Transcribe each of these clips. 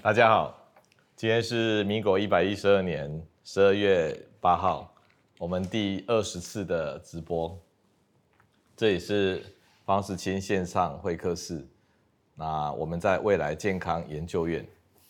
大家好，今天是民国112年12月8号，我们第20次的直播。这里是方识欽线上会客室，那我们在未来健康研究院。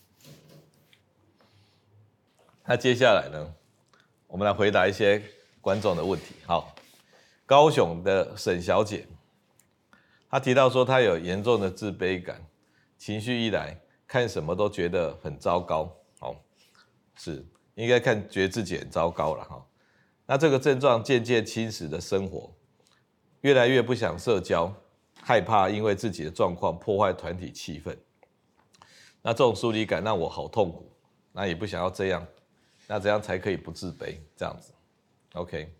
那接下来呢，我们来回答一些观众的问题。好，高雄的沈小姐，她提到说她有严重的自卑感，情绪一来看什么都觉得很糟糕。好，是应该觉得自己很糟糕了哈。那这个症状渐渐侵蚀了生活，越来越不想社交，害怕因为自己的状况破坏团体气氛。那这种疏离感让我好痛苦，那也不想要这样，那怎样才可以不自卑？这样子 ，OK？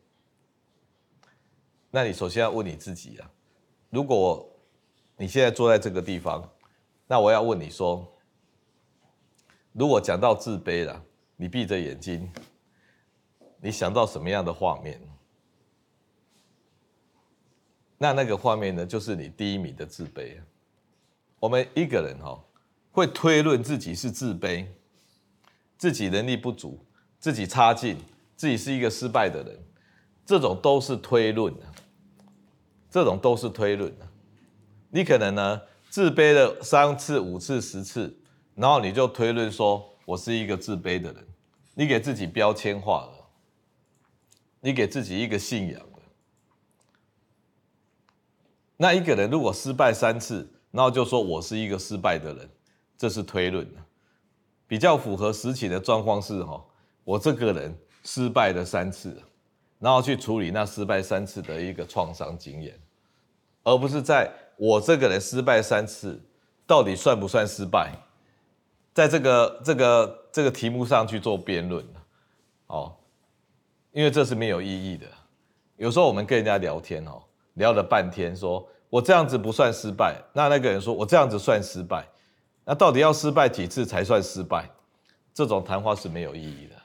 那你首先要问你自己啊，如果你现在坐在这个地方，那我要问你说，如果讲到自卑了，你闭着眼睛，你想到什么样的画面？那个画面呢，就是你第一名的自卑。我们一个人会推论自己是自卑，自己能力不足，自己差劲，自己是一个失败的人，这种都是推论的，这种都是推论的。你可能呢自卑了3次、5次、10次，然后你就推论说我是一个自卑的人，你给自己标签化了，你给自己一个信仰了。那一个人如果失败3次，然后就说我是一个失败的人，这是推论的。比较符合实情的状况是我这个人失败了3次，然后去处理那失败3次的一个创伤经验，而不是在我这个人失败3次，到底算不算失败，在这个题目上去做辩论因为这是没有意义的。有时候我们跟人家聊天聊了半天，说我这样子不算失败，那个人说我这样子算失败，那到底要失败几次才算失败？这种谈话是没有意义的。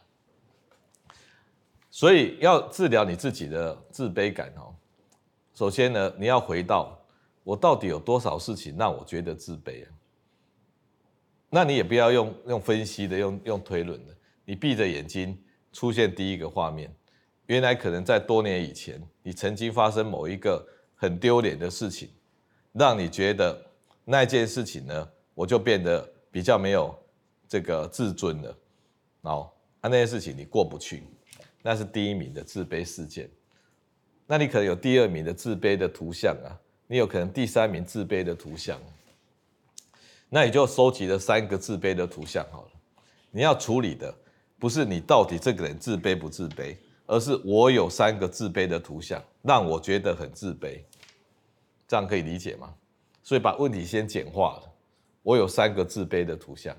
所以要治疗你自己的自卑感首先呢，你要回到我到底有多少事情让我觉得自卑那你也不要用分析的，用推论的，你闭着眼睛出现第一个画面，原来可能在多年以前，你曾经发生某一个很丢脸的事情，让你觉得那件事情呢，我就变得比较没有这个自尊了那件事情你过不去，那是第一名的自卑事件。那你可能有第2名的自卑的图像你有可能第3名自卑的图像，那你就收集了3个自卑的图像好了。你要处理的不是你到底这个人自卑不自卑，而是我有3个自卑的图像，让我觉得很自卑，这样可以理解吗？所以把问题先简化了，我有3个自卑的图像。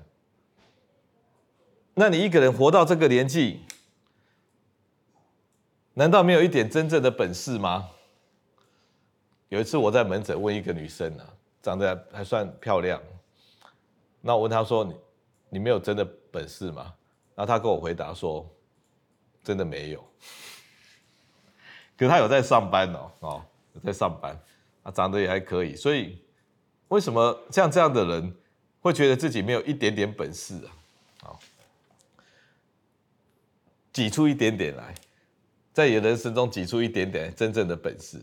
那你一个人活到这个年纪，难道没有一点真正的本事吗？有一次我在门诊问一个女生长得还算漂亮，那我问她说你没有真的本事吗？然后她跟我回答说真的没有。可是她有在上班有在上班，长得也还可以，所以为什么像这样的人会觉得自己没有一点点本事挤出一点点来，在你的人生中挤出一点点真正的本事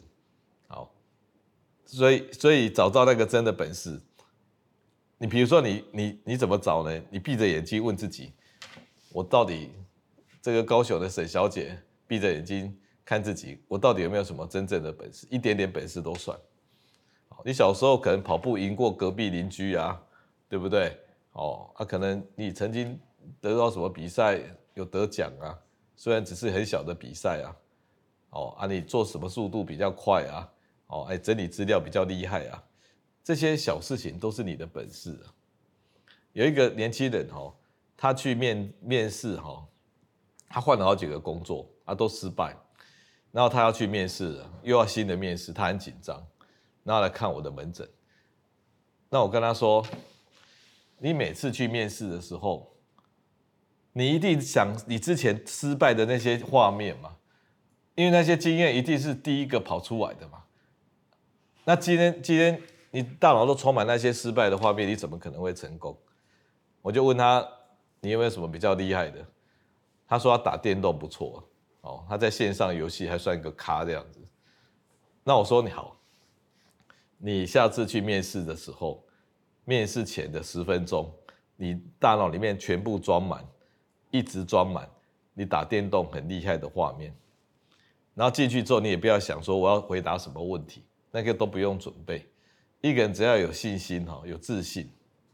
所以找到那个真的本事，你比如说你怎么找呢？你闭着眼睛问自己，我到底这个高雄的沈小姐闭着眼睛看自己，我到底有没有什么真正的本事？一点点本事都算。你小时候可能跑步赢过隔壁邻居对不对？可能你曾经得到什么比赛有得奖虽然只是很小的比赛你做什么速度比较快整理资料比较厉害这些小事情都是你的本事有一个年轻人他去面试他换了好几个工作都失败，然后他要去面试了，又要新的面试，他很紧张，然后来看我的门诊。那我跟他说，你每次去面试的时候，你一定想你之前失败的那些画面嘛，因为那些经验一定是第一个跑出来的嘛。那今天你大脑都充满那些失败的画面，你怎么可能会成功？ 我就问他你有没有什么比较厉害的？他说他打电动不错，哦，他在线上游戏还算一个咖这样子。那我说你好，你下次去面试的时候，面试前的10分钟，你大脑里面全部装满，一直装满你打电动很厉害的画面。然后进去之后，你也不要想说我要回答什么问题，那个都不用准备。一个人只要有信心，有自信，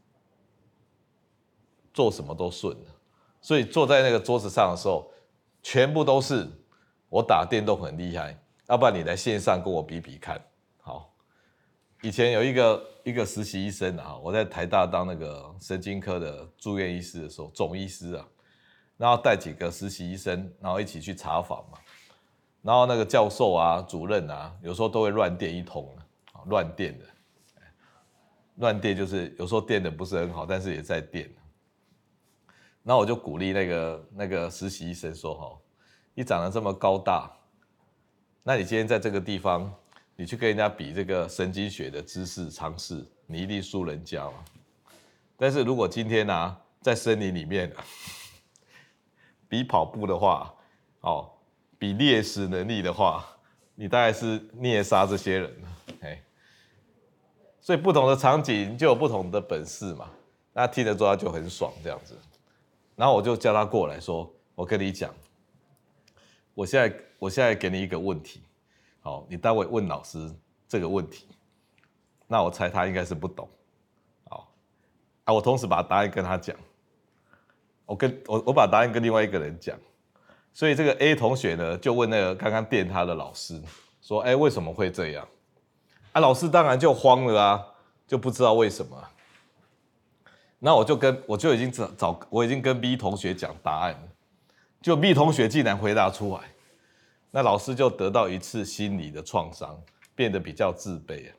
做什么都顺了。所以坐在那个桌子上的时候，全部都是我打电动很厉害，要不然你来线上跟我比比看。好，以前有一个实习医生啊，我在台大当那个神经科的住院医师的时候，总医师啊，然后带几个实习医生，然后一起去查房嘛。然后那个教授啊、主任啊，有时候都会乱电一通啊，乱电的。乱电就是有时候电的不是很好，但是也在电。然后我就鼓励那个实习医生说：“哈，你长得这么高大，那你今天在这个地方，你去跟人家比这个神经学的知识常识，你一定输人家嘛。但是如果今天啊，在森林里面比跑步的话，哦。”比猎食能力的话，你大概是虐杀这些人了。所以不同的场景就有不同的本事嘛。那听了之后他就很爽这样子。然后我就叫他过来说：“我跟你讲，我现在给你一个问题，好，你待会问老师这个问题。那我猜他应该是不懂，好，啊，我同时把答案跟他讲，我把答案跟另外一个人讲。”所以这个 A 同学呢，就问那个刚刚电他的老师说：“哎，为什么会这样？”啊，老师当然就慌了啊，就不知道为什么。那我就已经我已经跟 B 同学讲答案了，就 B 同学竟然回答出来，那老师就得到一次心理的创伤，变得比较自卑，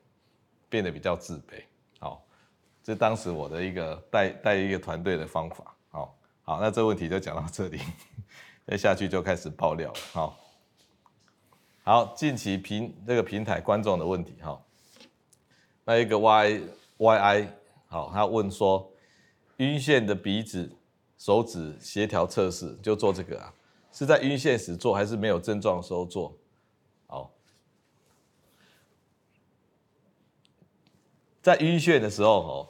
好，这当时我的一个带一个团队的方法。好，那这个问题就讲到这里。再下去就开始爆料了。好，近期这个平台观众的问题哈，那一个 YI 好，他问说，晕眩的鼻子、手指协调测试就做这个啊，是在晕眩时做还是没有症状的时候做？好，在晕眩的时候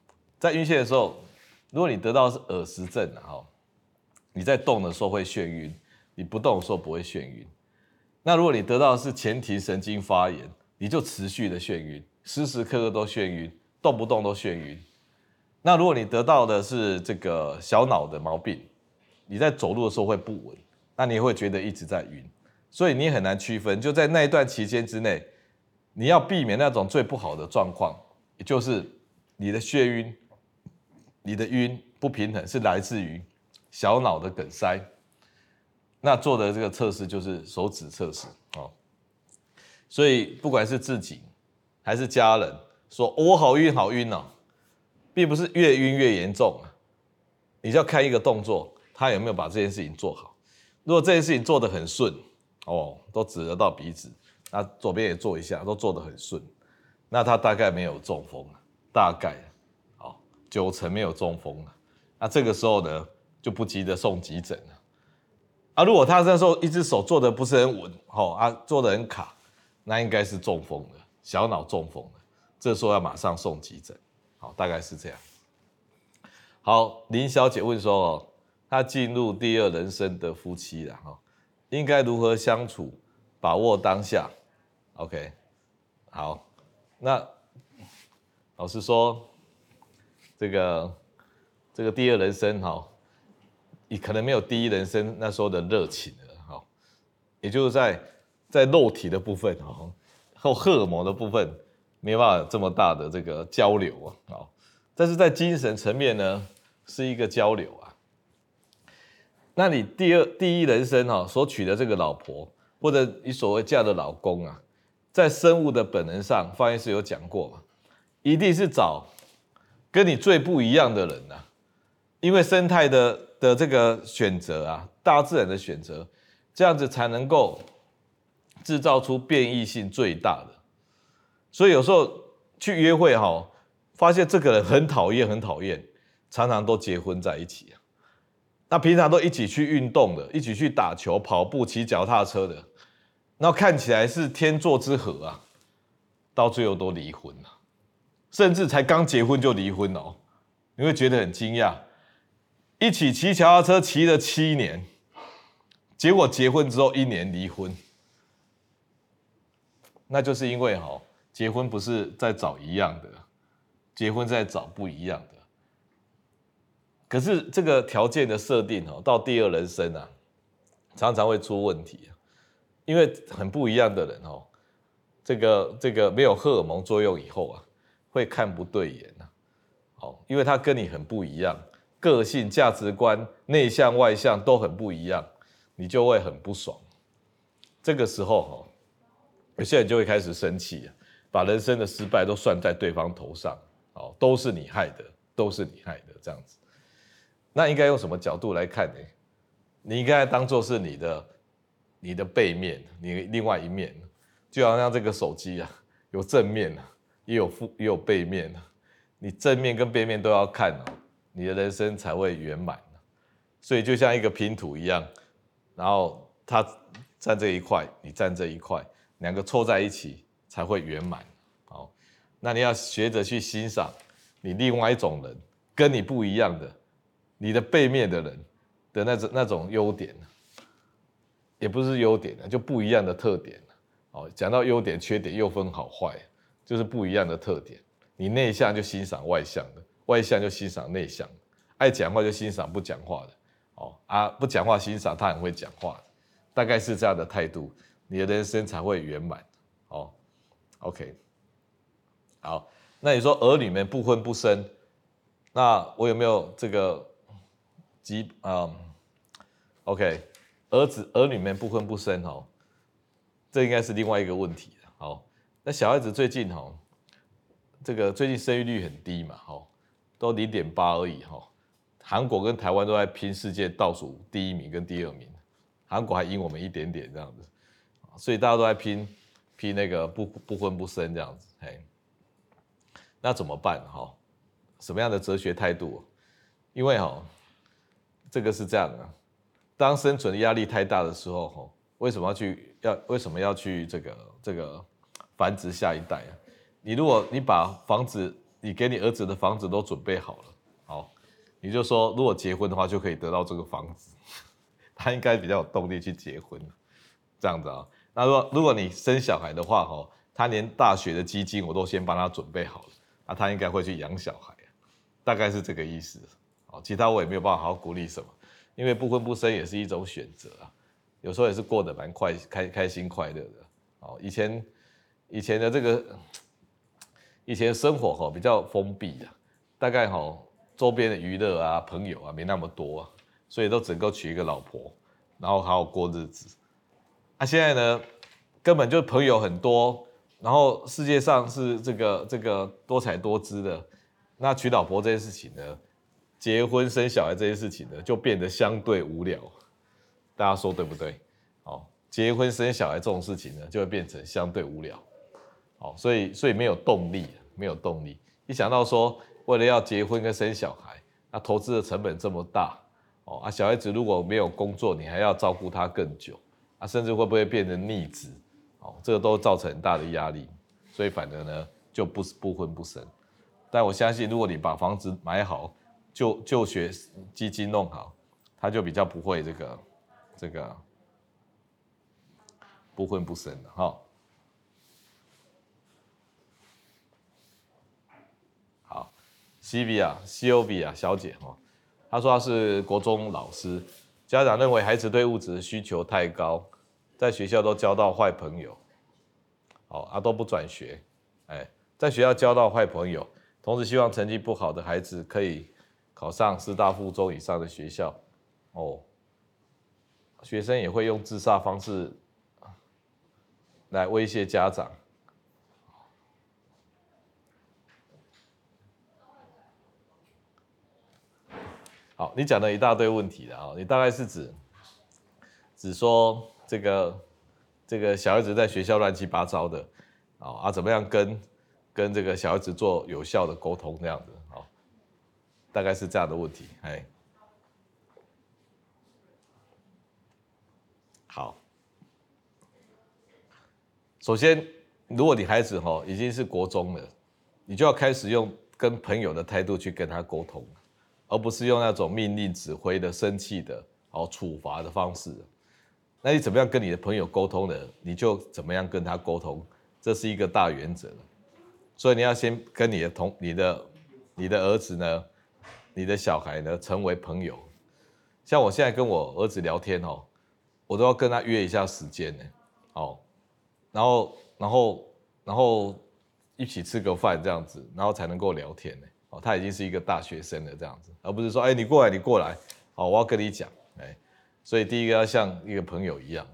如果你得到的是耳石症啊，你在动的时候会眩晕，你不动的时候不会眩晕。那如果你得到的是前庭神经发炎，你就持续的眩晕，时时刻刻都眩晕，动不动都眩晕。那如果你得到的是这个小脑的毛病，你在走路的时候会不稳，那你会觉得一直在晕，所以你很难区分。就在那一段期间之内，你要避免那种最不好的状况，也就是你的眩晕、你的晕不平衡是来自于小脑的梗塞。那做的这个测试就是手指测试哦。所以不管是自己还是家人说我好晕好晕哦，并不是越晕越严重啊。你就要看一个动作，他有没有把这件事情做好。如果这件事情做得很顺哦，都指得到鼻子，那左边也做一下，都做得很顺，那他大概没有中风，大概90%没有中风。那这个时候呢，就不急着送急诊了。如果他那时候一只手做的不是很稳，做的很卡，那应该是中风了，小脑中风了，这时候要马上送急诊。好，大概是这样。好，林小姐问说，她进入第二人生的夫妻了，应该如何相处，把握当下 ？OK， 好，那老实说，这个第二人生你可能没有第一人生那时候的热情了，也就是在肉体的部分和荷尔蒙的部分没办法有这么大的这个交流但是在精神层面呢是一个交流啊。那你第一人生所娶的这个老婆，或者你所谓嫁的老公啊，在生物的本能上，方医师有讲过嘛，一定是找跟你最不一样的人啊，因为生态的这个选择啊，大自然的选择，这样子才能够制造出变异性最大的。所以有时候去约会发现这个人很讨厌， 常常都结婚在一起啊。那平常都一起去运动的，一起去打球、跑步、骑脚踏车的，那看起来是天作之合啊，到最后都离婚了，甚至才刚结婚就离婚哦，你会觉得很惊讶。一起骑脚踏车骑了7年，结果结婚之后1年离婚，那就是因为结婚不是在找一样的，结婚在找不一样的。可是这个条件的设定到第二人生啊，常常会出问题，因为很不一样的人这个没有荷尔蒙作用以后啊，会看不对眼啊，因为他跟你很不一样，个性、价值观、内向、外向都很不一样，你就会很不爽。这个时候有些人就会开始生气，把人生的失败都算在对方头上，都是你害的，都是你害的这样子。那应该用什么角度来看呢？你应该当作是你的背面，你另外一面，就好像这个手机啊，有正面也有背面，你正面跟背面都要看你的人生才会圆满。所以就像一个拼图一样，然后他站这一块，你站这一块，两个凑在一起才会圆满。好，那你要学着去欣赏你另外一种人，跟你不一样的。你的背面的人的那种优点，也不是优点，就不一样的特点。讲到优点、缺点又分好坏，就是不一样的特点。你内向就欣赏外向的，外向就欣赏内向的，爱讲话就欣赏不讲话的，不讲话欣赏他很会讲话的，大概是这样的态度，你的人生才会圆满。OK， 好，那你说儿女们不婚不生，那我有没有这个OK， 儿女们不婚不生这应该是另外一个问题了。那小孩子最近最近生育率很低嘛，都0.8而已韩国跟台湾都在拼世界倒数第1名跟第2名，韩国还赢我们一点点这样子，所以大家都在拼那个不婚不生这样子。那怎么办什么样的哲学态度？因为这个是这样的，当生存的压力太大的时候为什么要去这个繁殖下一代啊？如果你把你给你儿子的房子都准备好了，你就说如果结婚的话就可以得到这个房子，他应该比较有动力去结婚，这样子啊。那如果你生小孩的话他连大学的基金我都先帮他准备好了，那他应该会去养小孩，大概是这个意思。其他我也没有办法好好鼓励什么，因为不婚不生也是一种选择有时候也是过得蛮开心快乐的。以前的这个以前生活比较封闭大概周边的娱乐朋友没那么多所以都只能够娶一个老婆，然后好好过日子。现在呢，根本就朋友很多，然后世界上是这个多彩多姿的，那娶老婆这件事情呢，结婚生小孩这件事情呢，就变得相对无聊，大家说对不对？结婚生小孩这种事情呢，就会变成相对无聊，所以没有动力，没有动力。一想到说为了要结婚跟生小孩，那投资的成本这么大，小孩子如果没有工作，你还要照顾他更久，甚至会不会变成逆子，这个都造成很大的压力，所以反而呢就不婚不生。但我相信，如果你把房子买好，就学基金弄好，他就比较不会这个不婚不生的好 ，COB 小姐她说她是国中老师，家长认为孩子对物质的需求太高，在学校都交到坏朋友，都不转学，在学校交到坏朋友，同时希望成绩不好的孩子可以考上师大附中以上的学校，学生也会用自杀方式来威胁家长。好，你讲了一大堆问题了你大概是指说这个小孩子在学校乱七八糟的怎么样跟这个小孩子做有效的沟通这样子大概是这样的问题。好，首先，如果你孩子已经是国中了，你就要开始用跟朋友的态度去跟他沟通，而不是用那种命令、指挥的、生气的、处罚的方式。那你怎么样跟你的朋友沟通呢？你就怎么样跟他沟通，这是一个大原则。所以你要先跟你的儿子呢，你的小孩呢成为朋友。像我现在跟我儿子聊天我都要跟他约一下时间呢，然后一起吃个饭这样子，然后才能够聊天呢。他已经是一个大学生了这样子，而不是说你过来，我要跟你讲，所以第一个要像一个朋友一样。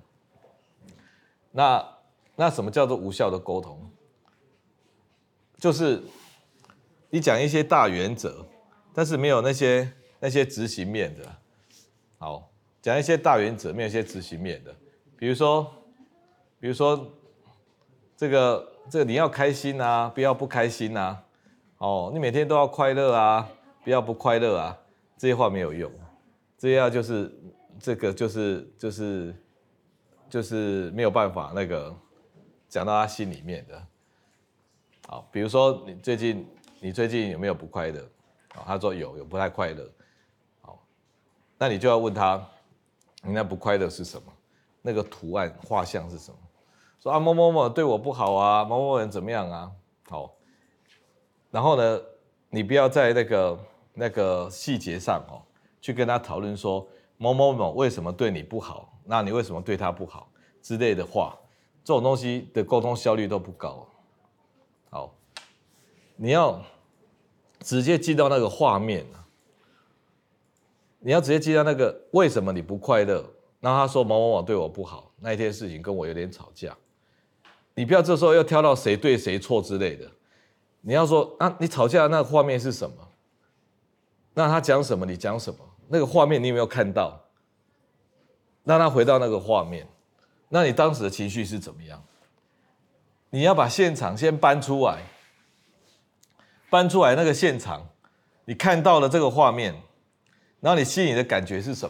那什么叫做无效的沟通？就是你讲一些大原则，但是没有那些执行面的。好，讲一些大原则，没有一些执行面的。比如说这个你要开心啊，不要不开心啊。你每天都要快乐啊，不要不快乐啊。这些话没有用，这些话就是没有办法讲到他心里面的。好，比如说你最近有没有不快乐？他说有不太快乐。好，那你就要问他，你那不快乐是什么？那个图案画像是什么？说某某某对我不好啊，某某人怎么样啊？好，然后呢，你不要在那个细节上去跟他讨论说某某某为什么对你不好，那你为什么对他不好之类的话，这种东西的沟通效率都不高。好，你要直接进到那个画面，你要直接进到那个为什么你不快乐，然后他说某某某对我不好，那一件事情跟我有点吵架，你不要这时候又挑到谁对谁错之类的，你要说你吵架的那个画面是什么？那他讲什么你讲什么？那个画面你有没有看到？让他回到那个画面，那你当时的情绪是怎么样？你要把现场先搬出来那个现场，你看到了这个画面，然后你心里的感觉是什么？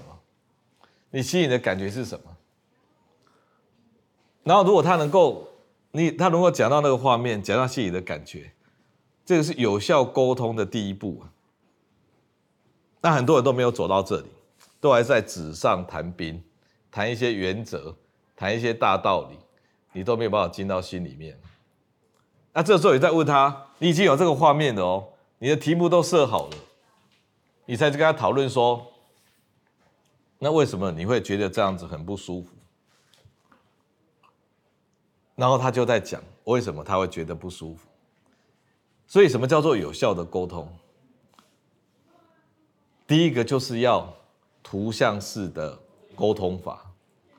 然后如果他能够讲到那个画面，讲到心里的感觉，这个是有效沟通的第一步。那很多人都没有走到这里，都还在纸上谈兵，谈一些原则，谈一些大道理，你都没有办法进到心里面。那这时候你再问他，你已经有这个画面了你的题目都设好了，你才跟他讨论说，那为什么你会觉得这样子很不舒服？然后他就在讲为什么他会觉得不舒服。所以什么叫做有效的沟通？第一个就是要图像式的沟通法，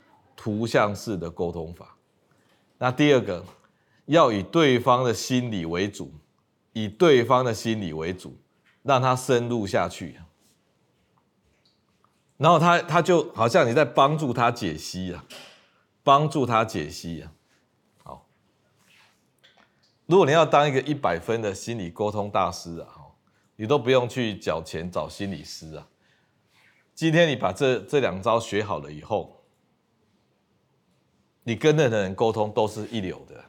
那第二个要以对方的心理为主，让他深入下去。然后他就好像你在帮助他解析好，如果你要当一个100分的心理沟通大师你都不用去缴钱找心理师今天你把这2招学好了以后，你跟任何人沟通都是一流的。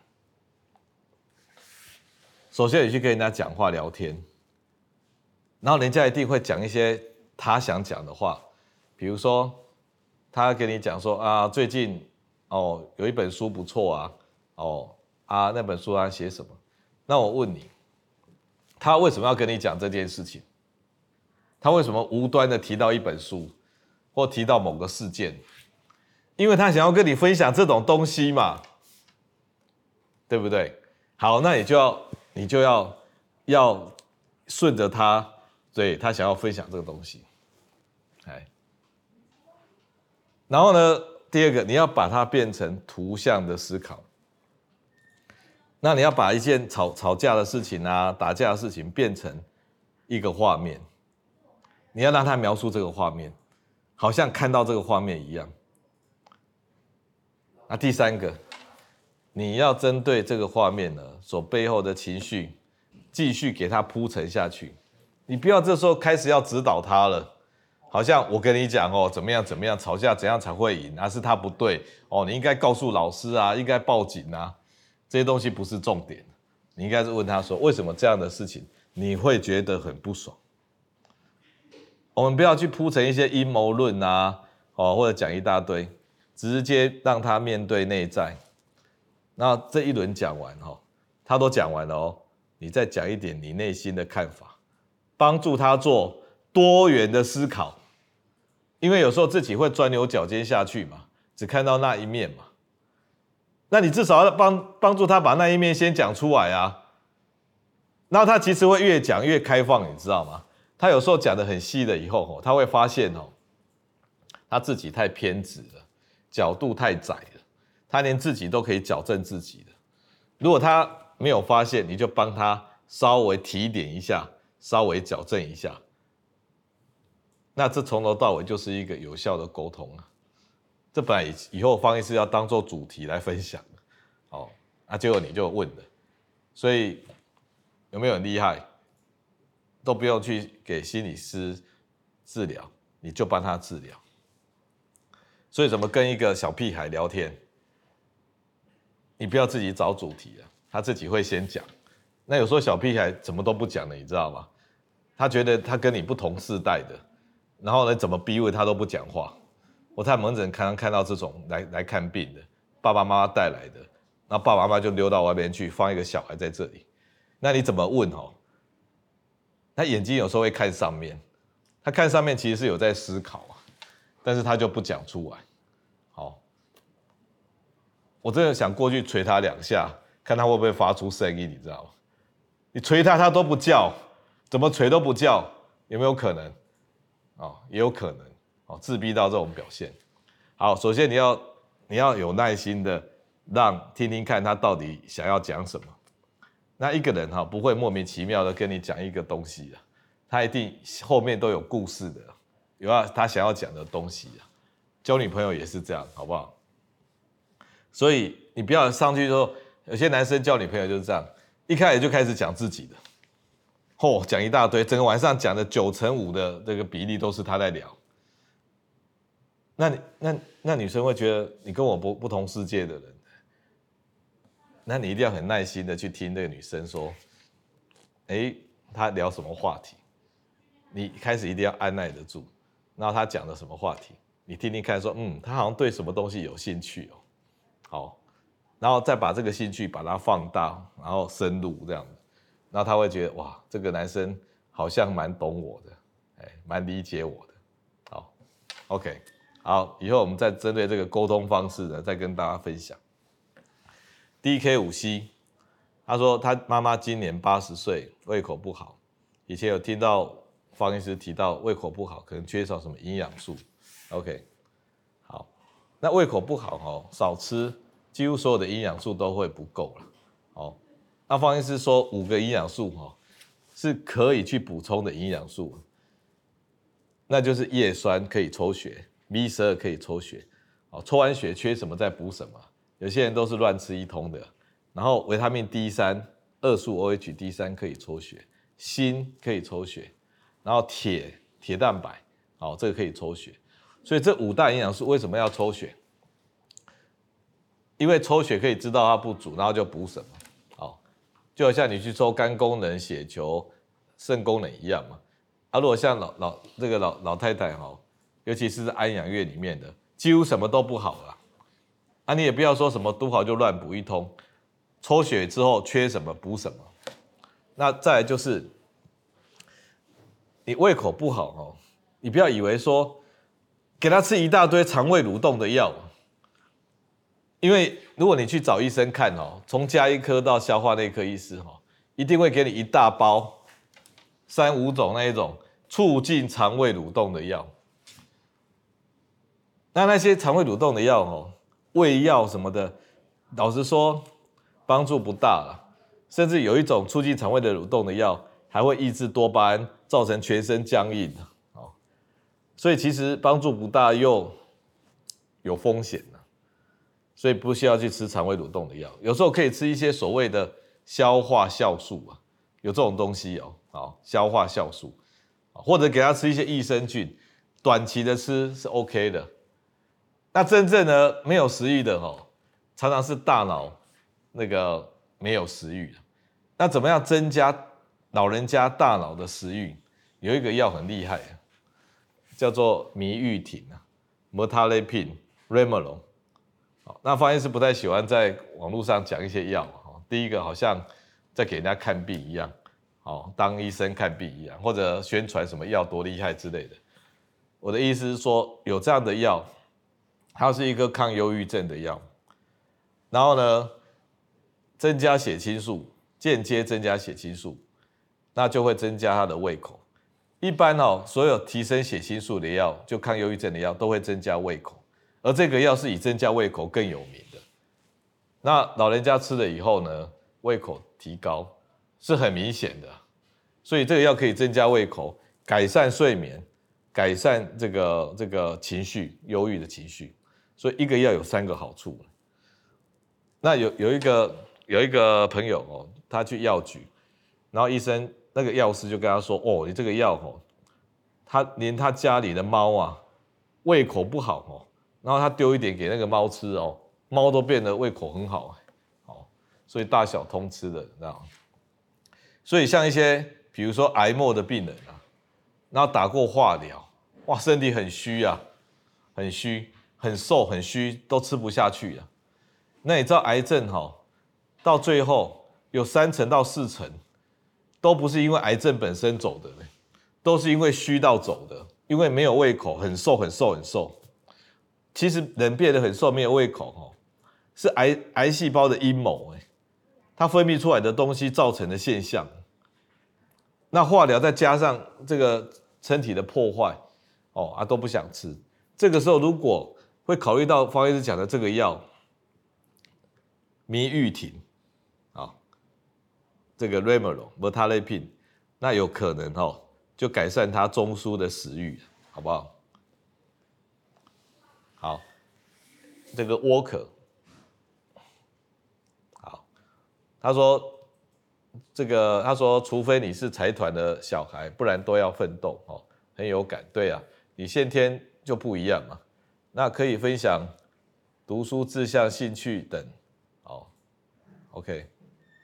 首先你去跟人家讲话聊天，然后人家一定会讲一些他想讲的话，比如说他跟你讲说最近有一本书不错那本书他写什么？那我问你，他为什么要跟你讲这件事情？他为什么无端的提到一本书，或提到某个事件？因为他想要跟你分享这种东西嘛，对不对？好，那你就要顺着他，对，他想要分享这个东西。然后呢，第二个，你要把它变成图像的思考。那你要把一件吵架的事情打架的事情变成一个画面，你要让他描述这个画面，好像看到这个画面一样。那第三个，你要针对这个画面呢所背后的情绪，继续给它铺陈下去。 你不要这时候开始要指导他了，好像我跟你讲哦，怎么样怎么样，吵架怎样才会赢啊？是他不对哦，你应该告诉老师啊，应该报警啊，这些东西不是重点。你应该是问他说，为什么这样的事情你会觉得很不爽？我们不要去铺成一些阴谋论啊，哦，或者讲一大堆，直接让他面对内在。那这一轮讲完哈，他都讲完了哦，你再讲一点你内心的看法，帮助他做多元的思考。因为有时候自己会钻牛角尖下去嘛，只看到那一面嘛。那你至少要帮助他把那一面先讲出来啊。然后他其实会越讲越开放，你知道吗？他有时候讲得很细了以后，他会发现他自己太偏执了，角度太窄了，他连自己都可以矫正自己的。如果他没有发现，你就帮他稍微提点一下，稍微矫正一下。那这从头到尾就是一个有效的沟通啊。这本来以后方医师要当做主题来分享的，哦，结果你就问了，所以有没有很厉害？都不用去给心理师治疗，你就帮他治疗。所以怎么跟一个小屁孩聊天？你不要自己找主题啊，他自己会先讲。那有时候小屁孩怎么都不讲的，你知道吗？他觉得他跟你不同世代的，然后呢怎么逼问他都不讲话。我在门诊常常看到这种来看病的，爸爸妈妈带来的，然后爸爸妈妈就溜到外面去，放一个小孩在这里。那你怎么问哦？他眼睛有时候会看上面，他看上面其实是有在思考啊，但是他就不讲出来。好，我真的想过去捶他2下，看他会不会发出声音，你知道吗？你捶他，他都不叫，怎么捶都不叫，有没有可能？也有可能。自闭到这种表现。好，首先你要有耐心的听听看他到底想要讲什么。那一个人不会莫名其妙的跟你讲一个东西啊，他一定后面都有故事的，有他想要讲的东西啊。交女朋友也是这样，好不好？所以你不要上去说，有些男生交女朋友就是这样，一开始就开始讲自己的，讲一大堆，整个晚上讲的9成5的这个比例都是他在聊。那女生会觉得你跟我不同世界的人，那你一定要很耐心的去听这个女生说，她聊什么话题，你开始一定要按耐得住，然后她讲的什么话题，你听听看说，她好像对什么东西有兴趣哦，好，然后再把这个兴趣把它放大，然后深入这样子，然后她会觉得哇，这个男生好像蛮懂我的，蛮理解我的，好 ，OK。好，以后我们再针对这个沟通方式呢，再跟大家分享。DK5C， 他说他妈妈今年80岁，胃口不好。以前有听到方医师提到胃口不好，可能缺少什么营养素。OK， 好，那胃口不好少吃，几乎所有的营养素都会不够了。那方医师说5个营养素是可以去补充的营养素，那就是叶酸可以抽血。B12可以抽血，抽完血缺什么再补什么。有些人都是乱吃一通的。然后维他命 D3、2素 OH-D3 可以抽血，锌可以抽血，然后铁蛋白，这个可以抽血。所以这5大营养素为什么要抽血？因为抽血可以知道它不足，然后就补什么。就好像你去抽肝功能、血球、肾功能一样嘛。如果像老太太尤其是安养院里面的，几乎什么都不好了。你也不要说什么都好就乱补一通，抽血之后缺什么补什么。那再来就是你胃口不好你不要以为说给他吃一大堆肠胃蠕动的药，因为如果你去找医生看从家医科到消化内科医师一定会给你一大包3、5种那一种促进肠胃蠕动的药。那些肠胃蠕动的药胃药什么的，老实说帮助不大了，甚至有一种促进肠胃的蠕动的药，还会抑制多巴胺，造成全身僵硬。所以其实帮助不大又有风险，所以不需要去吃肠胃蠕动的药。有时候可以吃一些所谓的消化酵素有这种东西好，消化酵素，或者给他吃一些益生菌，短期的吃是 OK 的。那真正呢没有食欲的常常是大脑那个没有食欲。那怎么样增加老人家大脑的食欲？有一个药很厉害，叫做迷欲停，Metalapine Remeron。那方医师不太喜欢在网络上讲一些药，第一个好像在给人家看病一样，当医生看病一样，或者宣传什么药多厉害之类的。我的意思是说，有这样的药，它是一个抗忧郁症的药，然后呢，增加血清素，间接增加血清素，那就会增加他的胃口。一般所有提升血清素的药，就抗忧郁症的药，都会增加胃口，而这个药是以增加胃口更有名的。那老人家吃了以后呢，胃口提高是很明显的，所以这个药可以增加胃口，改善睡眠，改善这个情绪，忧郁的情绪。所以一个药有3个好处。那有一个朋友他去药局，然后医生那个药师就跟他说，你这个药他连他家里的猫啊胃口不好然后他丢一点给那个猫吃猫都变得胃口很好所以大小通吃的，知道吗？所以像一些比如说癌末的病人然后打过化疗，哇，身体很虚啊，很虚，很瘦，很虚，都吃不下去啊。那你知道癌症到最后有3成到4成都不是因为癌症本身走的，都是因为虚到走的，因为没有胃口，很瘦很瘦很瘦。其实人变得很瘦没有胃口是癌细胞的阴谋它分泌出来的东西造成的现象。那化疗再加上这个身体的破坏都不想吃。这个时候如果会考虑到方医师讲的这个药迷欲停这个 Remeron Metalapine， 那有可能就改善他中枢的食欲，好不好？好，这个 Walker， 好，他说除非你是财团的小孩，不然都要奋斗很有感。对啊，你先天就不一样嘛。那可以分享读书志向、兴趣等。OK，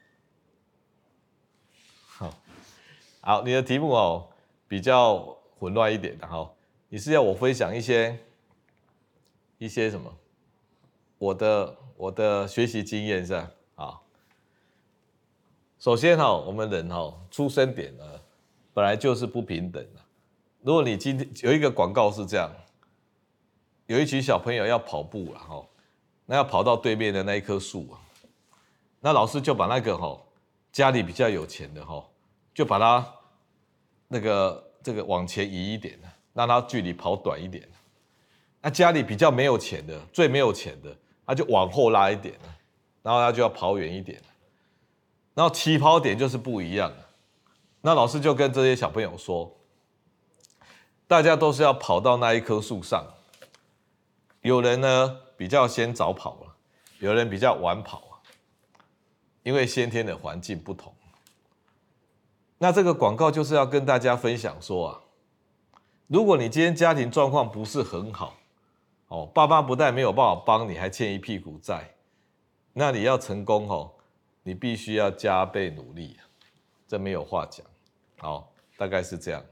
好，你的题目比较混乱一点的你是要我分享一些什么？我的学习经验是吧？好，首先我们人出生点呢本来就是不平等的。如果你今天有一个广告是这样，有一群小朋友要跑步了那要跑到对面的那一棵树那老师就把那个家里比较有钱的就把他这个往前移一点，让他距离跑短一点。那家里比较没有钱的，最没有钱的，他就往后拉一点，然后他就要跑远一点。然后起跑点就是不一样。那老师就跟这些小朋友说，大家都是要跑到那一棵树上。有人呢比较先早跑了，有人比较晚跑因为先天的环境不同。那这个广告就是要跟大家分享说如果你今天家庭状况不是很好爸爸不但没有办法帮你，还欠一屁股债，那你要成功你必须要加倍努力，这没有话讲。大概是这样。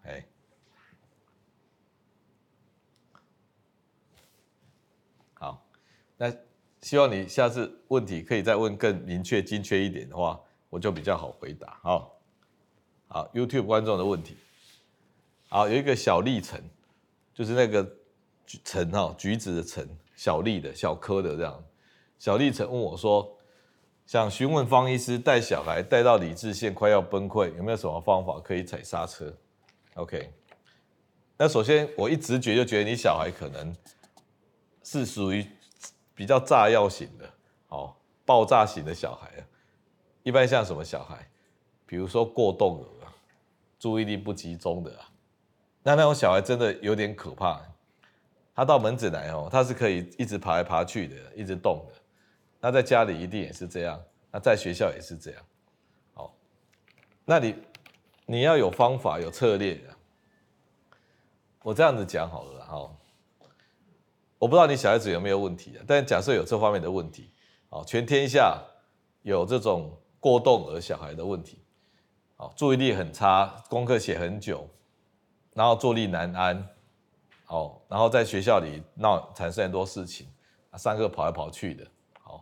好，那希望你下次问题可以再问更明确、精确一点的话，我就比较好回答。好 ，YouTube 观众的问题，好，有一个小粒橙，就是那个橙橘子的橙，小粒的小颗的这样。小粒橙问我说，想询问方医师带小孩带到理智线快要崩溃，有没有什么方法可以踩刹车 ？OK， 那首先我一直觉就觉得你小孩可能是属于比较炸药型的，爆炸型的小孩一般像什么小孩？比如说过动儿注意力不集中的那种小孩真的有点可怕。他到门诊来他是可以一直爬来爬去的，一直动的。那在家里一定也是这样，那在学校也是这样。那你你要有方法有策略啊。我这样子讲好了哈，我不知道你小孩子有没有问题啊，但假设有这方面的问题，全天下有这种过动儿小孩的问题，注意力很差，功课写很久，然后坐立难安，然后在学校里产生很多事情，上课跑来跑去的，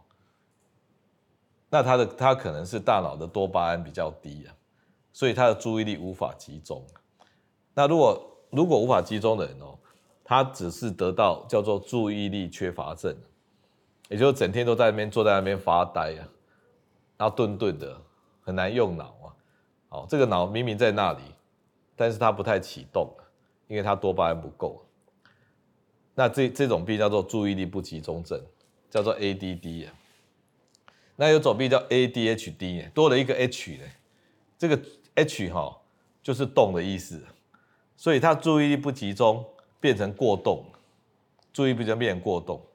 那他可能是大脑的多巴胺比较低啊，所以他的注意力无法集中。那如果无法集中的人他只是得到叫做注意力缺乏症，也就是整天都在那边坐在那边发呆啊，然后顿顿的，很难用脑啊。这个脑明明在那里，但是他不太启动，因为他多巴胺不够。那这种病叫做注意力不集中症，叫做 ADD 啊。那有种病叫 ADHD， 多了一个 H 呢，这个 H 就是动的意思。所以他注意力不集中，变成过动，注意力不集中变成过动。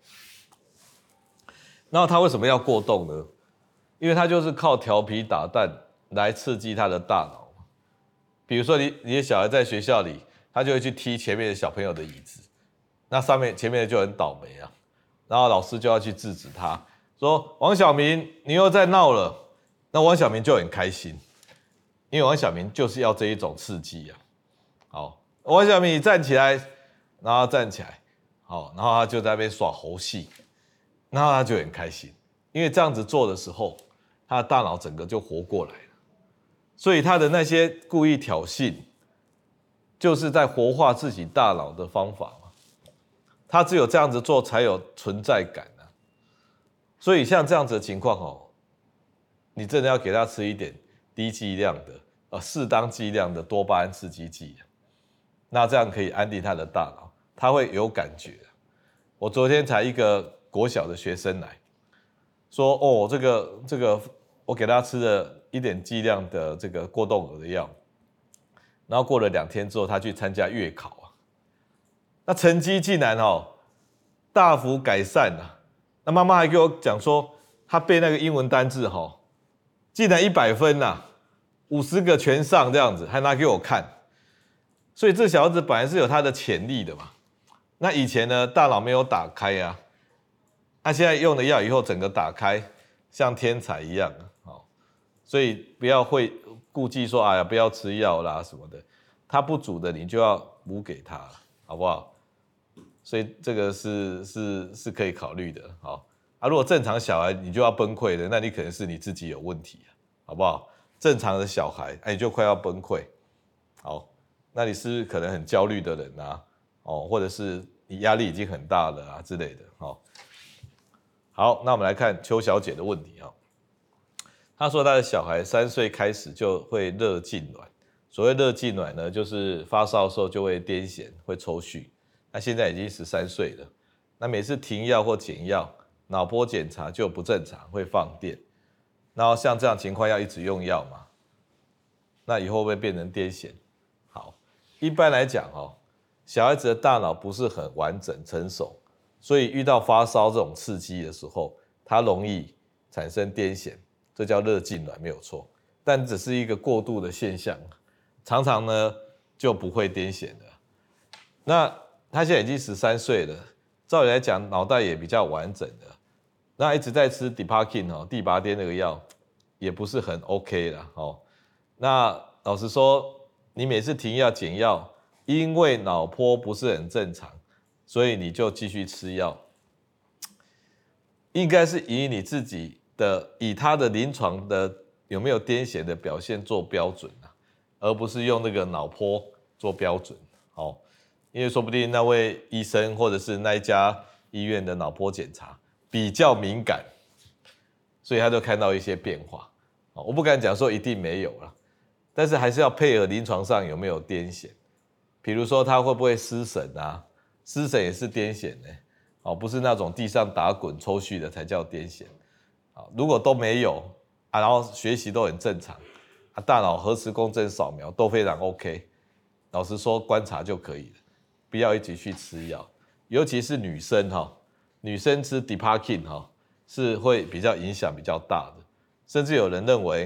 那他为什么要过动呢？因为他就是靠调皮捣蛋来刺激他的大脑。比如说你的小孩在学校里，他就会去踢前面的小朋友的椅子，那前面的就很倒霉啊，然后老师就要去制止他，说王小明你又在闹了，那王小明就很开心，因为王小明就是要这一种刺激啊。好，王小明你站起来，然后站起来，好，然后他就在那边耍猴戏，然后他就很开心，因为这样子做的时候，他的大脑整个就活过来了，所以他的那些故意挑衅，就是在活化自己大脑的方法嘛。他只有这样子做才有存在感啊。所以像这样子的情况你真的要给他吃一点低剂量的适当剂量的多巴胺刺激剂，那这样可以安定他的大脑，他会有感觉。我昨天才一个国小的学生来说，这个我给他吃了一点剂量的这个过动儿的药，然后过了2天之后，他去参加月考啊，那成绩竟然大幅改善啊。那妈妈还给我讲说，他背那个英文单字竟然100分啊，50个全上这样子，还拿给我看。所以这小孩子本来是有他的潜力的嘛。那以前呢，大脑没有打开啊，他现在用了药以后，整个打开，像天才一样所以不要会顾忌说，哎呀，不要吃药啦什么的，他不足的你就要补给他，好不好？所以这个是可以考虑的，如果正常小孩你就要崩溃的，那你可能是你自己有问题，好不好？正常的小孩，你就快要崩溃，好，那你是可能很焦虑的人啊，或者是你压力已经很大了啊之类的，好，那我们来看邱小姐的问题她说她的小孩3岁开始就会热痉挛，所谓热痉挛呢，就是发烧的时候就会癫痫，会抽搐。那现在已经13岁了，那每次停药或减药，脑波检查就不正常，会放电。然后像这样情况要一直用药嘛？那以后会不会变成癫痫？好，一般来讲小孩子的大脑不是很完整成熟，所以遇到发烧这种刺激的时候，它容易产生癫痫，这叫热痉挛没有错，但只是一个过度的现象，常常呢就不会癫痫了。那他现在已经13岁了，照理来讲脑袋也比较完整的，那一直在吃 Depakin 地拔颠那个药也不是很 OK 啦那老实说，你每次停药减药，因为脑波不是很正常，所以你就继续吃药，应该是以你自己的以他的临床的有没有癫痫的表现做标准而不是用那个脑波做标准因为说不定那位医生或者是那一家医院的脑波检查比较敏感，所以他就看到一些变化。我不敢讲说一定没有啦，但是还是要配合临床上有没有癫痫，比如说他会不会失神啊？失神也是癫痫呢，不是那种地上打滚抽搐的才叫癫痫。如果都没有然后学习都很正常大脑核磁共振扫描都非常 OK， 老实说观察就可以了。不要一直去吃药，尤其是女生女生吃 Depakin 是会比较影响比较大的，甚至有人认为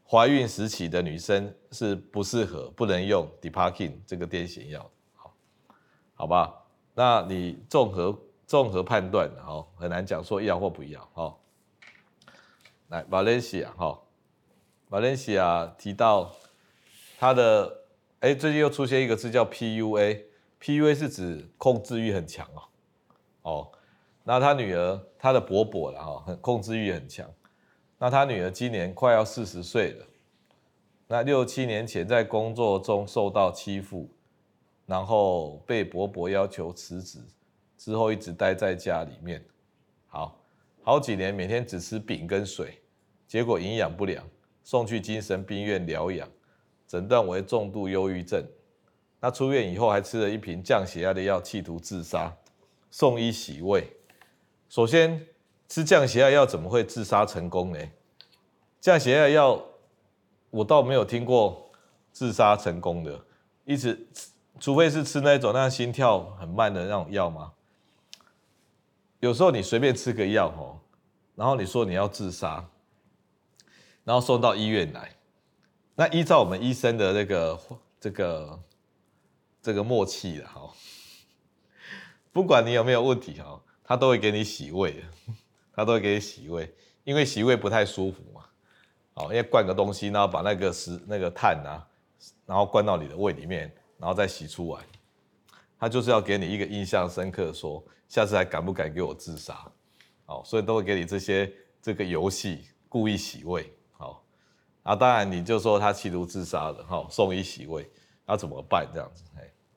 怀孕时期的女生是不适合、不能用 Depakin 这个癫痫药的，好吧？那你综合判断，很难讲说要或不要，来 Valencia 提到他的，最近又出现一个字叫 PUA 是指控制欲很强那他女儿，他的伯伯啦控制欲很强。那他女儿今年快要40岁了，那6、7年前在工作中受到欺负，然后被伯伯要求辞职，之后一直待在家里面，好几年每天只吃饼跟水，结果营养不良，送去精神病院疗养，诊断为重度忧郁症。那出院以后还吃了一瓶降血压的药，企图自杀，送医洗胃。首先，吃降血压药怎么会自杀成功呢？降血压药我倒没有听过自杀成功的，除非是吃那种让心跳很慢的那种药吗？有时候你随便吃个药然后你说你要自杀，然后送到医院来，那依照我们医生的这个默契啦不管你有没有问题他都会给你洗胃，因为洗胃不太舒服嘛，因为灌个东西，然后把那个碳然后灌到你的胃里面，然后再洗出来，他就是要给你一个印象深刻，说下次还敢不敢给我自杀，所以都会给你这个游戏，故意洗胃，当然你就说他企图自杀了，送医洗胃，那怎么办这样子？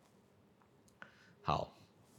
好，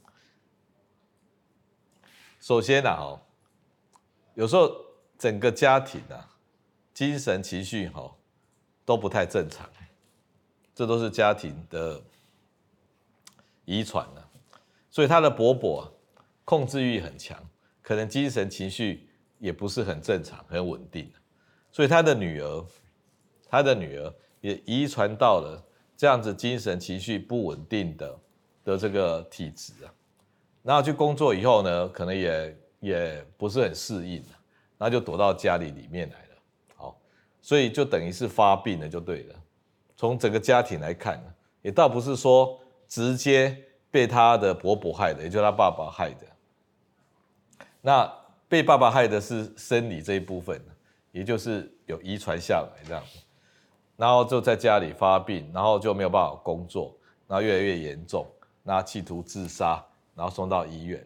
首先有时候整个家庭精神情绪都不太正常，这都是家庭的遗传所以他的伯伯控制欲很强，可能精神情绪也不是很正常、很稳定，所以他的女儿也遗传到了这样子精神情绪不稳定的这个体质然后去工作以后呢，可能也不是很适应然后就躲到家里面来了，所以就等于是发病了就对了。从整个家庭来看也倒不是说直接被他的伯伯害的，也就是他爸爸害的。那被爸爸害的是生理这一部分，也就是有遗传下来这样，然后就在家里发病，然后就没有办法工作，然后越来越严重，那企图自杀，然后送到医院。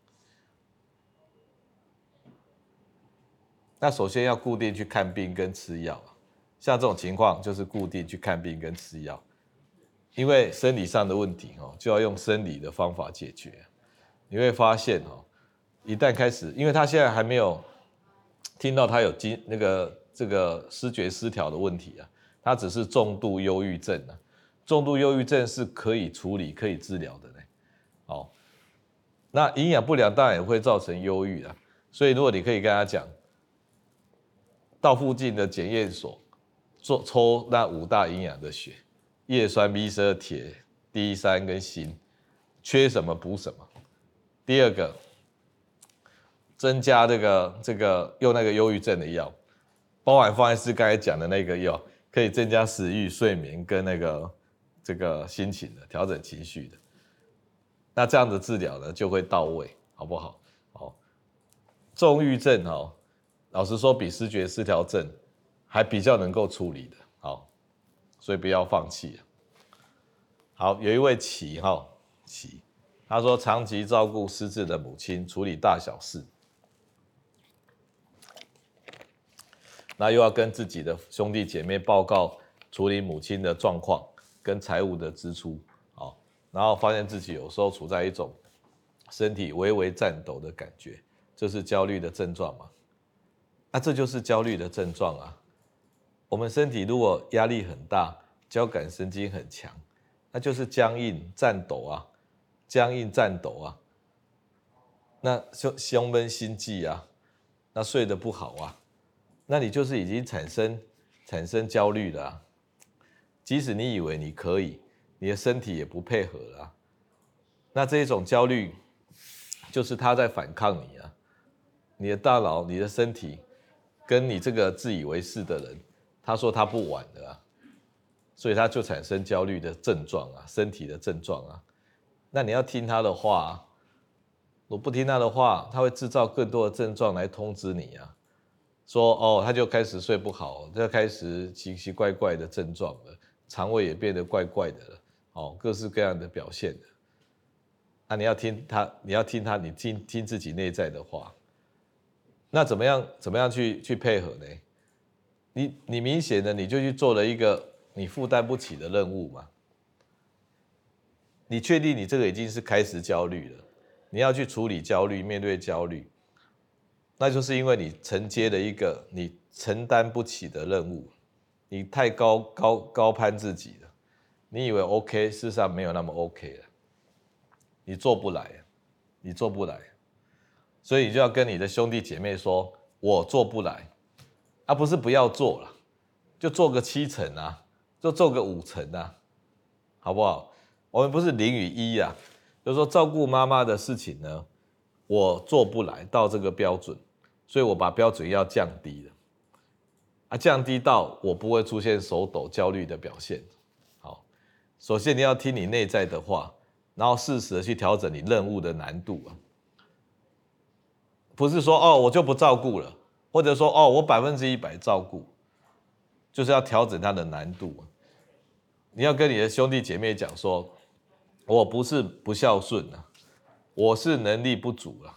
那首先要固定去看病跟吃药，像这种情况就是固定去看病跟吃药，因为生理上的问题就要用生理的方法解决。你会发现一旦开始，因为他现在还没有听到他有这个思觉失调的问题他只是重度忧郁症重度忧郁症是可以处理、可以治疗的呢。那营养不良当然也会造成忧郁所以如果你可以跟他讲，到附近的检验所抽那5大营养的血，叶酸、B12、铁、D3跟锌，缺什么补什么。第二个，增加这个用那个忧郁症的药，包含方医师刚才讲的那个药，可以增加食欲、睡眠跟这个心情的调整情绪的。那这样的治疗呢就会到位，好不好？重郁症老实说比思觉失调症还比较能够处理的，所以不要放弃。好，有一位齐，他说长期照顾失智的母亲，处理大小事，那又要跟自己的兄弟姐妹报告处理母亲的状况跟财务的支出，然后发现自己有时候处在一种身体微微颤抖的感觉，这是焦虑的症状吗？这就是焦虑的症状我们身体如果压力很大，交感神经很强，那就是僵硬颤抖那胸闷心悸那睡得不好那你就是已经产生焦虑了即使你以为你可以，你的身体也不配合了那这一种焦虑就是他在反抗你你的大脑、你的身体跟你这个自以为是的人他说他不玩了啊，所以他就产生焦虑的症状啊，身体的症状啊。那你要听他的话啊，如果不听他的话，他会制造更多的症状来通知你啊，说哦，他就开始睡不好，就开始奇奇怪怪的症状了，肠胃也变得怪怪的了，哦，各式各样的表现了。那你要听他，你听自己内在的话。那怎么样去配合呢？你明显的你就去做了一个你负担不起的任务嘛。你确定你这个已经是开始焦虑了，你要去处理焦虑，面对焦虑，那就是因为你承接了一个你承担不起的任务，你太高攀自己了，你以为 OK， 事实上没有那么 OK 了，你做不来，所以你就要跟你的兄弟姐妹说，我做不来，啊，不是不要做了，就做个70%啊，就做个50%啊，好不好？我们不是0与1啊，就是说照顾妈妈的事情呢，我做不来到这个标准，所以我把标准要降低了，啊，降低到我不会出现手抖、焦虑的表现。好，首先你要听你内在的话，然后适时的去调整你任务的难度啊。不是说哦我就不照顾了，或者说哦我100%照顾，就是要调整它的难度。你要跟你的兄弟姐妹讲说，我不是不孝顺啊，我是能力不足啊，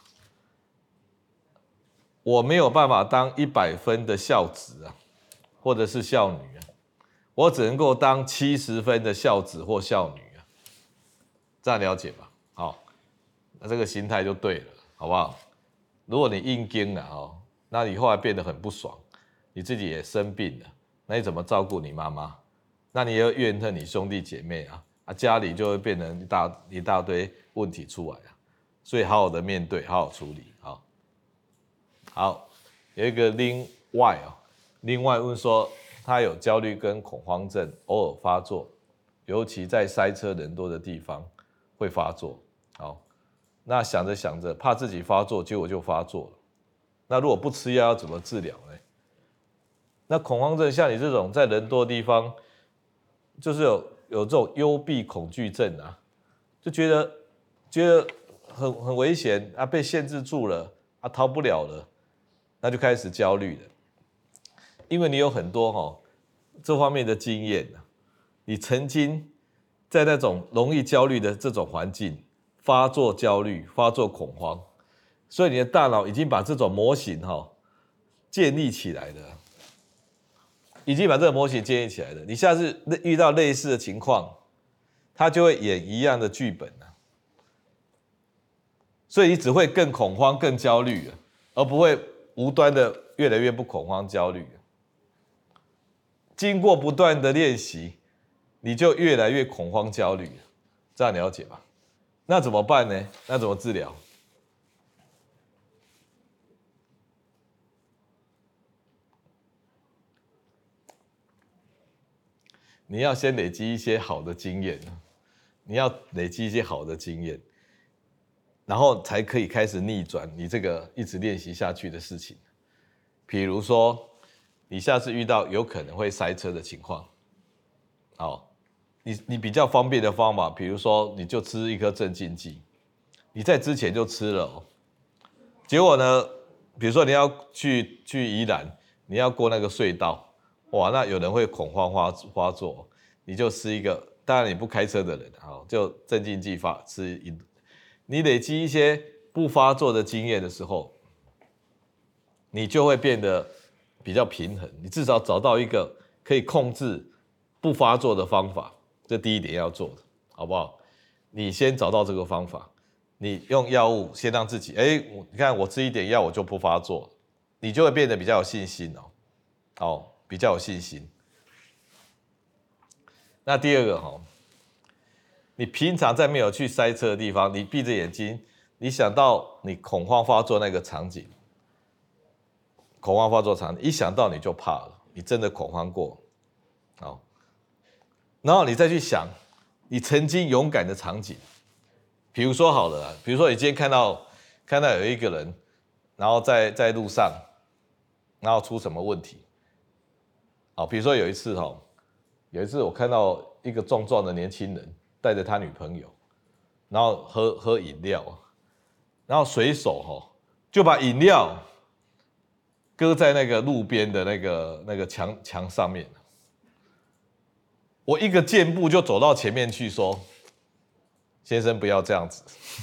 我没有办法当100分的孝子啊，或者是孝女啊，我只能够当70分的孝子或孝女啊，这样了解吧？好，那这个心态就对了，好不好？如果你硬盯了哦，那你后来变得很不爽，你自己也生病了，那你怎么照顾你妈妈？那你也要怨恨你兄弟姐妹啊，家里就会变成一大堆问题出来啊，所以好好的面对，好好处理。好，有一个另外问说，他有焦虑跟恐慌症，偶尔发作，尤其在塞车人多的地方会发作。好。那想着想着，怕自己发作，结果就发作了。那如果不吃药，要怎么治疗呢？那恐慌症像你这种在人多的地方，就是有这种幽闭恐惧症啊，就觉得很危险啊，被限制住了啊，逃不了了，那就开始焦虑了。因为你有很多这方面的经验啊，你曾经在那种容易焦虑的这种环境。发作焦虑、发作恐慌，所以你的大脑已经把这种模型建立起来了，已经把这个模型建立起来了。你下次遇到类似的情况，它就会演一样的剧本啊，所以你只会更恐慌、更焦虑，而不会无端的越来越不恐慌、焦虑。经过不断的练习，你就越来越恐慌、焦虑，这样了解吧？那怎么办呢？那怎么治疗？你要先累积一些好的经验，然后才可以开始逆转你这个一直练习下去的事情。比如说，你下次遇到有可能会塞车的情况，你比较方便的方法，比如说你就吃一颗镇静剂。你在之前就吃了结果呢，比如说你要去宜兰，你要过那个隧道，哇，那有人会恐慌发作，你就吃一个，当然你不开车的人就镇静剂吃你累积一些不发作的经验的时候，你就会变得比较平衡，你至少找到一个可以控制不发作的方法，这第一点要做的，好不好？你先找到这个方法。你用药物先让自己，你看我吃一点药我就不发作，你就会变得比较有信心比较有信心。那第二个你平常在没有去塞车的地方，你闭着眼睛，你想到你恐慌发作那个场景，一想到你就怕了，你真的恐慌过，然后你再去想你曾经勇敢的场景。比如说好了，比如说你今天看到有一个人，然后在路上，然后出什么问题， 好，比如说有一次我看到一个壮壮的年轻人带着他女朋友，然后喝饮料，然后随手就把饮料搁在那个路边的那个墙上面。我一个箭步就走到前面去说：“先生，不要这样子。”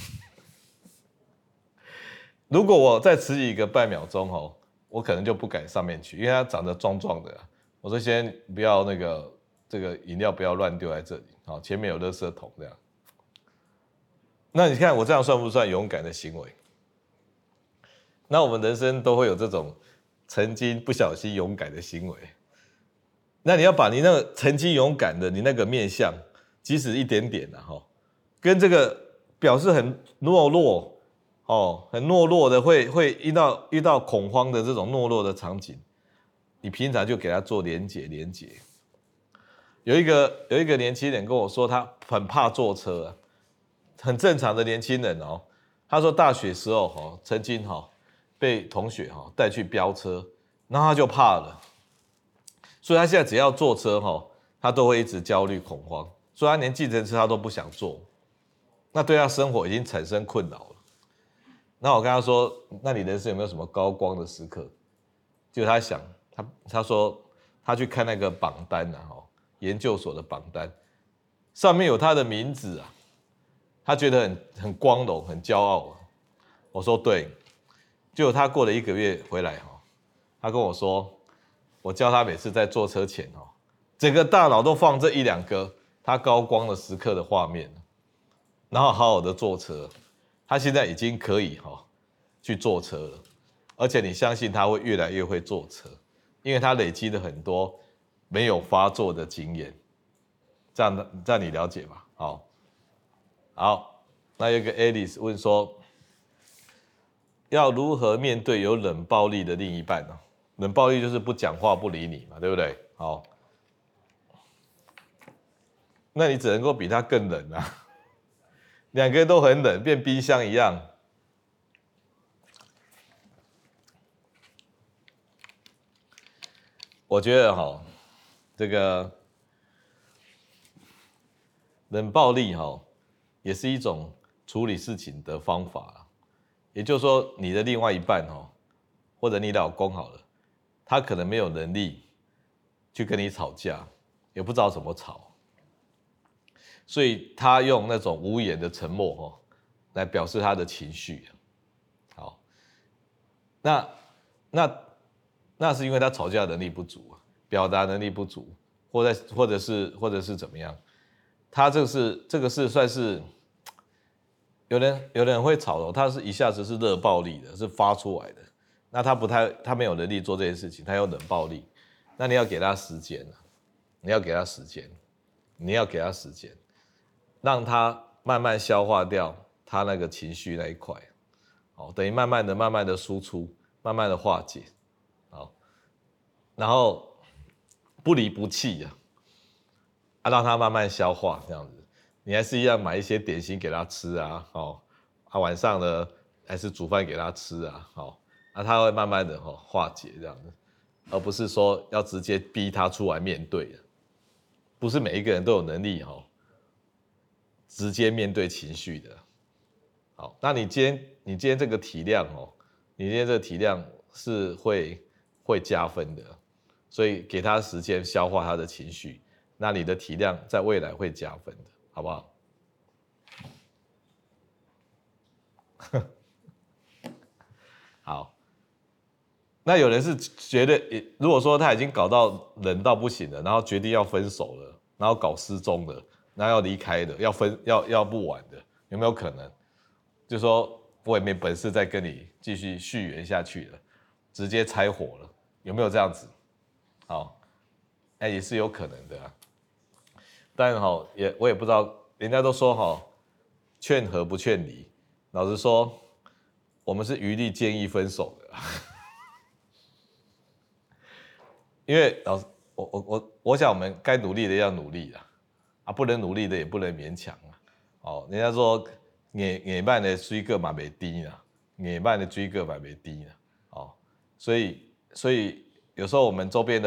如果我再迟疑个半秒钟我可能就不敢上面去，因为他长得壮壮的。我说：“先不要这个饮料不要乱丢在这里，好，前面有垃圾桶这样。”那你看我这样算不算勇敢的行为？那我们人生都会有这种曾经不小心勇敢的行为。那你要把你那个曾经勇敢的你那个面相，即使一点点跟这个表示很懦弱很懦弱的会遇到恐慌的这种懦弱的场景，你平常就给他做连结。有一个年轻人跟我说，他很怕坐车很正常的年轻人他说大学时候曾经被同学带去飙车，然后他就怕了，所以他现在只要坐车他都会一直焦虑恐慌，所以他连计程车他都不想坐，那对他生活已经产生困扰了。那我跟他说，那你人生有没有什么高光的时刻？就他想，他说他去看那个榜单研究所的榜单，上面有他的名字他觉得很光荣，很骄傲我说对，结果他过了1个月回来他跟我说，我叫他每次在坐车前整个大脑都放这1-2个他高光的时刻的画面，然后好好的坐车。他现在已经可以去坐车了，而且你相信他会越来越会坐车，因为他累积了很多没有发作的经验。这样你了解吧？好，那有一个 Alice 问说，要如何面对有冷暴力的另一半呢？冷暴力就是不讲话不理你嘛，对不对？好，那你只能够比他更冷2个人都很冷，变冰箱一样。我觉得这个冷暴力也是一种处理事情的方法。也就是说，你的另外一半或者你老公好了，他可能没有能力去跟你吵架，也不知道怎么吵，所以他用那种无言的沉默来表示他的情绪。好，那是因为他吵架能力不足表达能力不足，或者是怎么样？他这个是算是有人会吵他是一下子是热暴力的，是发出来的。那他没有能力做这件事情，他有冷暴力，那你要给他时间你要给他时间，让他慢慢消化掉他那个情绪那一块，等于慢慢的输出，慢慢的化解，然后不离不弃让他慢慢消化这样子。你还是一样买一些点心给他吃晚上呢还是煮饭给他吃他会慢慢的化解这样子，而不是说要直接逼他出来面对不是每一个人都有能力直接面对情绪的。好，那你今天这个体谅你今天这个体谅是会加分的，所以给他时间消化他的情绪，那你的体谅在未来会加分的，好不好？好，那有人是觉得，如果说他已经搞到冷到不行了，然后决定要分手了，然后搞失踪了，然后要离开的，要不玩的，有没有可能？就说我也没本事再跟你继续续缘下去了，直接拆伙了，有没有这样子？好，也是有可能的但我也不知道，人家都说劝和不劝离。老实说，我们是余力建议分手的因为我想我们该努力的要努力不能努力的也不能勉强人家说眼慢的追个嘛没低眼慢的追个嘛没低所以有时候我们周边的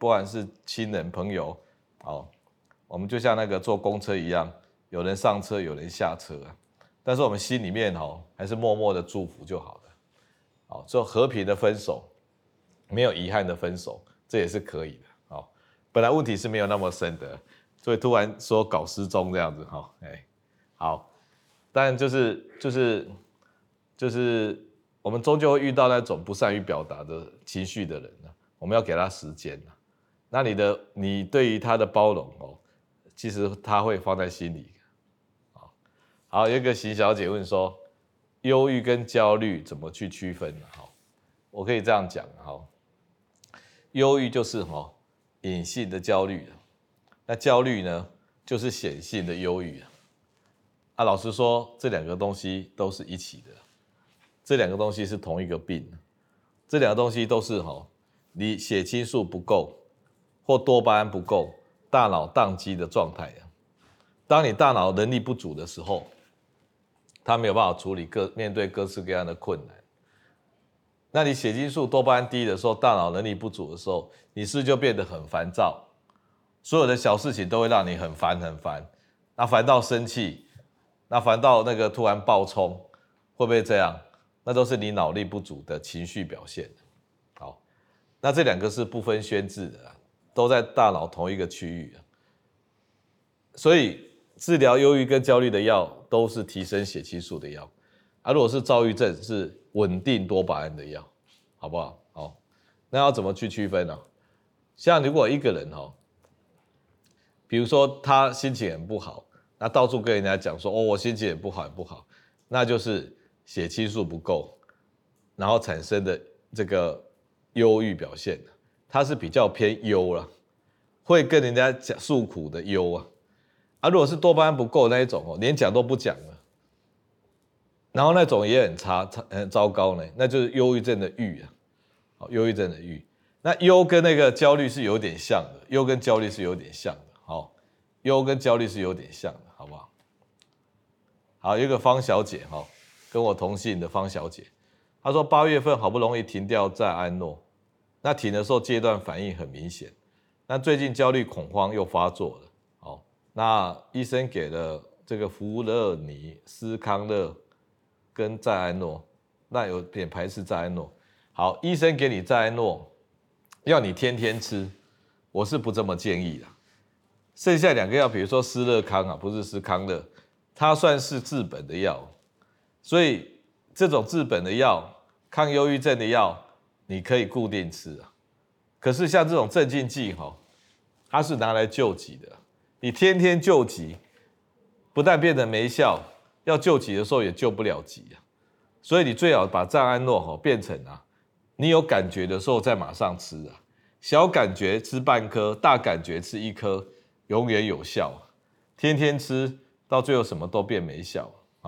不管是亲人朋友，好，我们就像那个坐公车一样，有人上车，有人下车啊，但是我们心里面还是默默的祝福就好了，好，就和平的分手，没有遗憾的分手，这也是可以的，好，本来问题是没有那么深的，所以突然说搞失踪这样子，好，但就是我们终究会遇到那种不善于表达的情绪的人，我们要给他时间。那你对于他的包容其实他会放在心里。好，有一个邢小姐问说，忧郁跟焦虑怎么去区分？我可以这样讲，忧郁就是隐性的焦虑，那焦虑呢就是显性的忧郁。老实说，这两个东西都是一起的，这两个东西是同一个病，这两个东西都是你血清素不够或多巴胺不够，大脑宕机的状态。当你大脑能力不足的时候，它没有办法处理面对各式各样的困难。那你血清素多巴胺低的时候，大脑能力不足的时候，你是不是就变得很烦躁？所有的小事情都会让你很烦，那烦到生气，那烦到那个突然暴冲，会不会这样？那都是你脑力不足的情绪表现。好，那这两个是不分轩轾的，都在大脑同一个区域。所以治疗忧郁跟焦虑的药都是提升血清素的药，如果是躁郁症是稳定多巴胺的药，好不好？好，那要怎么去区分呢？像如果一个人比如说他心情很不好，那到处跟人家讲说我心情很不好，那就是血清素不够，然后产生的这个忧郁表现，它是比较偏忧啦，会跟人家讲诉苦的忧如果是多巴胺不够那一种连讲都不讲了，然后那种也很糟糕呢，那就是忧郁症的郁忧郁症的郁。那忧跟那个焦虑是有点像的，忧跟焦虑是有点像的，忧跟焦虑是有点像的，好不好？好，有一个方小姐跟我同姓的方小姐，她说8月份好不容易停掉在安诺，那停的时候阶段反应很明显，那最近焦虑恐慌又发作了，那医生给了这个福乐尼、斯康乐跟在安诺，那有点排斥在安诺。好，医生给你在安诺，要你天天吃，我是不这么建议的。剩下2个药，比如说斯乐康不是斯康乐，它算是治本的药，所以这种治本的药、抗忧郁症的药，你可以固定吃可是像这种镇静剂它是拿来救急的。你天天救急，不但变得没效，要救急的时候也救不了急所以你最好把赞安诺变成你有感觉的时候再马上吃小感觉吃半颗，大感觉吃1颗，永远有效。天天吃到最后什么都变没效。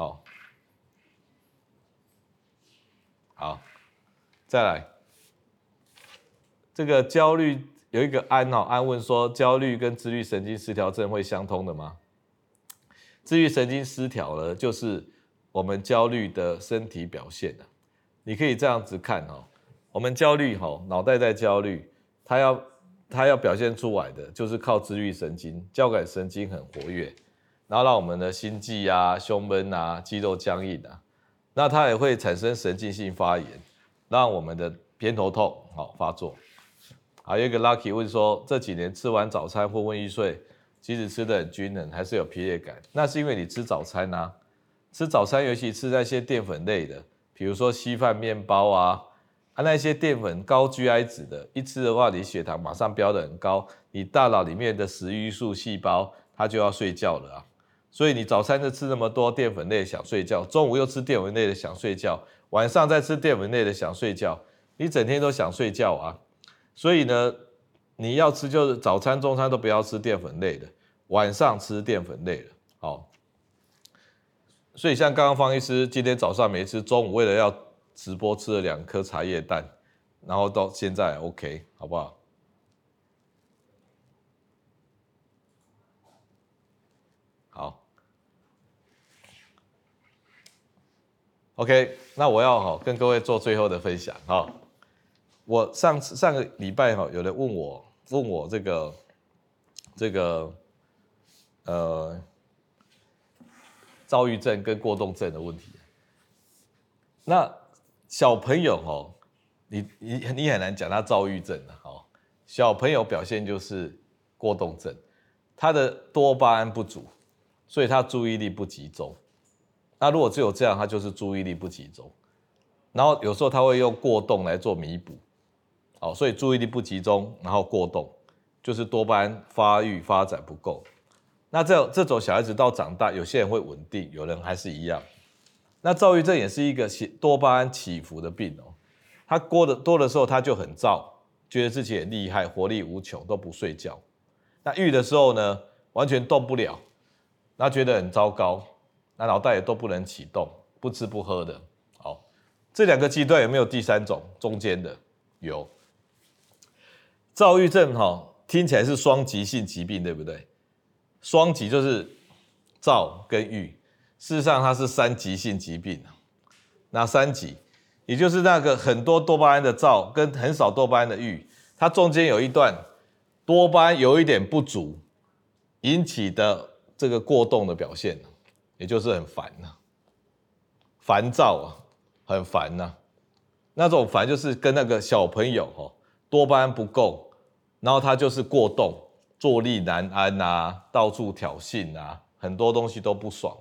好，再来这个焦虑。有一个安问说，焦虑跟自律神经失调症会相通的吗？自律神经失调呢，就是我们焦虑的身体表现你可以这样子看我们焦虑脑袋在焦虑，它要表现出来的就是靠自律神经、交感神经很活跃，然后让我们的心悸胸闷肌肉僵硬那它也会产生神经性发炎，让我们的偏头痛发作。有一个 Lucky 问说，这几年吃完早餐昏昏欲睡，即使吃得很均衡，还是有疲累感。那是因为你吃早餐吃早餐尤其吃那些淀粉类的，比如说稀饭、面包那些淀粉高 GI 值的，一吃的话，你血糖马上飙得很高，你大脑里面的食欲素细胞它就要睡觉了所以你早餐就吃那么多淀粉类的想睡觉，中午又吃淀粉类的想睡觉，晚上再吃淀粉类的想睡觉，你整天都想睡觉所以呢，你要吃就是早餐、中餐都不要吃淀粉类的，晚上吃淀粉类的。所以像刚刚方医师今天早上没吃，中午为了要直播吃了2颗茶叶蛋，然后到现在 OK， 好不好？好 ，OK， 那我要跟各位做最后的分享我上个礼拜有人问我问我这个躁郁症跟过动症的问题。那小朋友哦，你很难讲他躁郁症的哦。小朋友表现就是过动症，他的多巴胺不足，所以他注意力不集中。那如果只有这样，他就是注意力不集中。然后有时候他会用过动来做弥补，好，所以注意力不集中，然后过动，就是多巴胺发育发展不够。那这种小孩子到长大，有些人会稳定，有人还是一样。那躁郁症也是一个多巴胺起伏的病哦。他多的时候他就很躁，觉得自己很厉害，活力无穷，都不睡觉。那郁的时候呢，完全动不了，那觉得很糟糕，那脑袋也都不能启动，不吃不喝的。好，这两个极端有没有第三种中间的？有。躁郁症听起来是双极性疾病，对不对？双极就是躁跟郁。事实上，它是三极性疾病。哪三极？也就是那个很多多巴胺的躁跟很少多巴胺的郁，它中间有一段多巴胺有一点不足引起的这个过动的表现，也就是很烦烦躁很烦那种烦就是跟那个小朋友多巴胺不够，然后他就是过动，坐立难安到处挑衅很多东西都不爽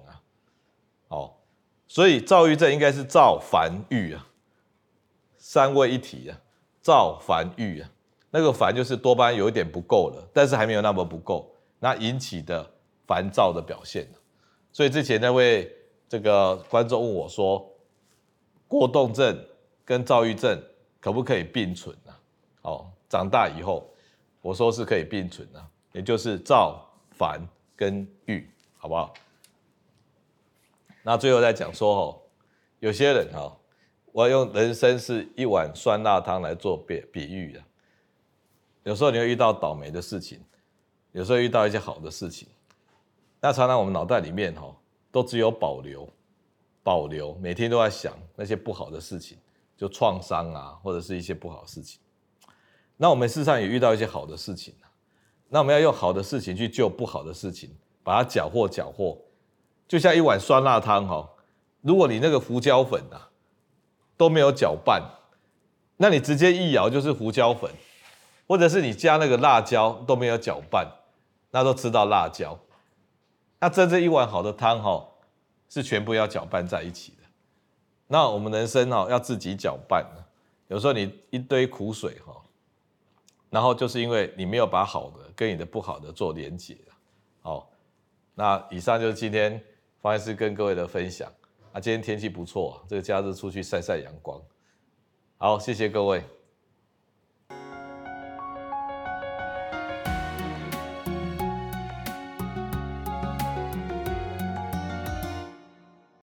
所以躁郁症应该是躁烦郁三位一体躁烦郁那个烦就是多巴胺有一点不够了，但是还没有那么不够，那引起的烦躁的表现。所以之前那位这个观众问我说，过动症跟躁郁症可不可以并存长大以后我说是可以并存也就是躁烦跟郁，好不好？那最后再讲说有些人我要用人生是一碗酸辣汤来做比喻有时候你会遇到倒霉的事情，有时候遇到一些好的事情，那常常我们脑袋里面都只有保留，每天都在想那些不好的事情，就创伤或者是一些不好的事情。那我们事实上也遇到一些好的事情那我们要用好的事情去救不好的事情，把它搅和，就像一碗酸辣汤如果你那个胡椒粉都没有搅拌，那你直接一舀就是胡椒粉，或者是你加那个辣椒都没有搅拌，那都吃到辣椒。那真正一碗好的汤是全部要搅拌在一起的。那我们人生要自己搅拌有时候你一堆苦水然后就是因为你没有把好的跟你的不好的做连结那以上就是今天方医师跟各位的分享今天天气不错这个假日出去晒晒阳光。好，谢谢各位。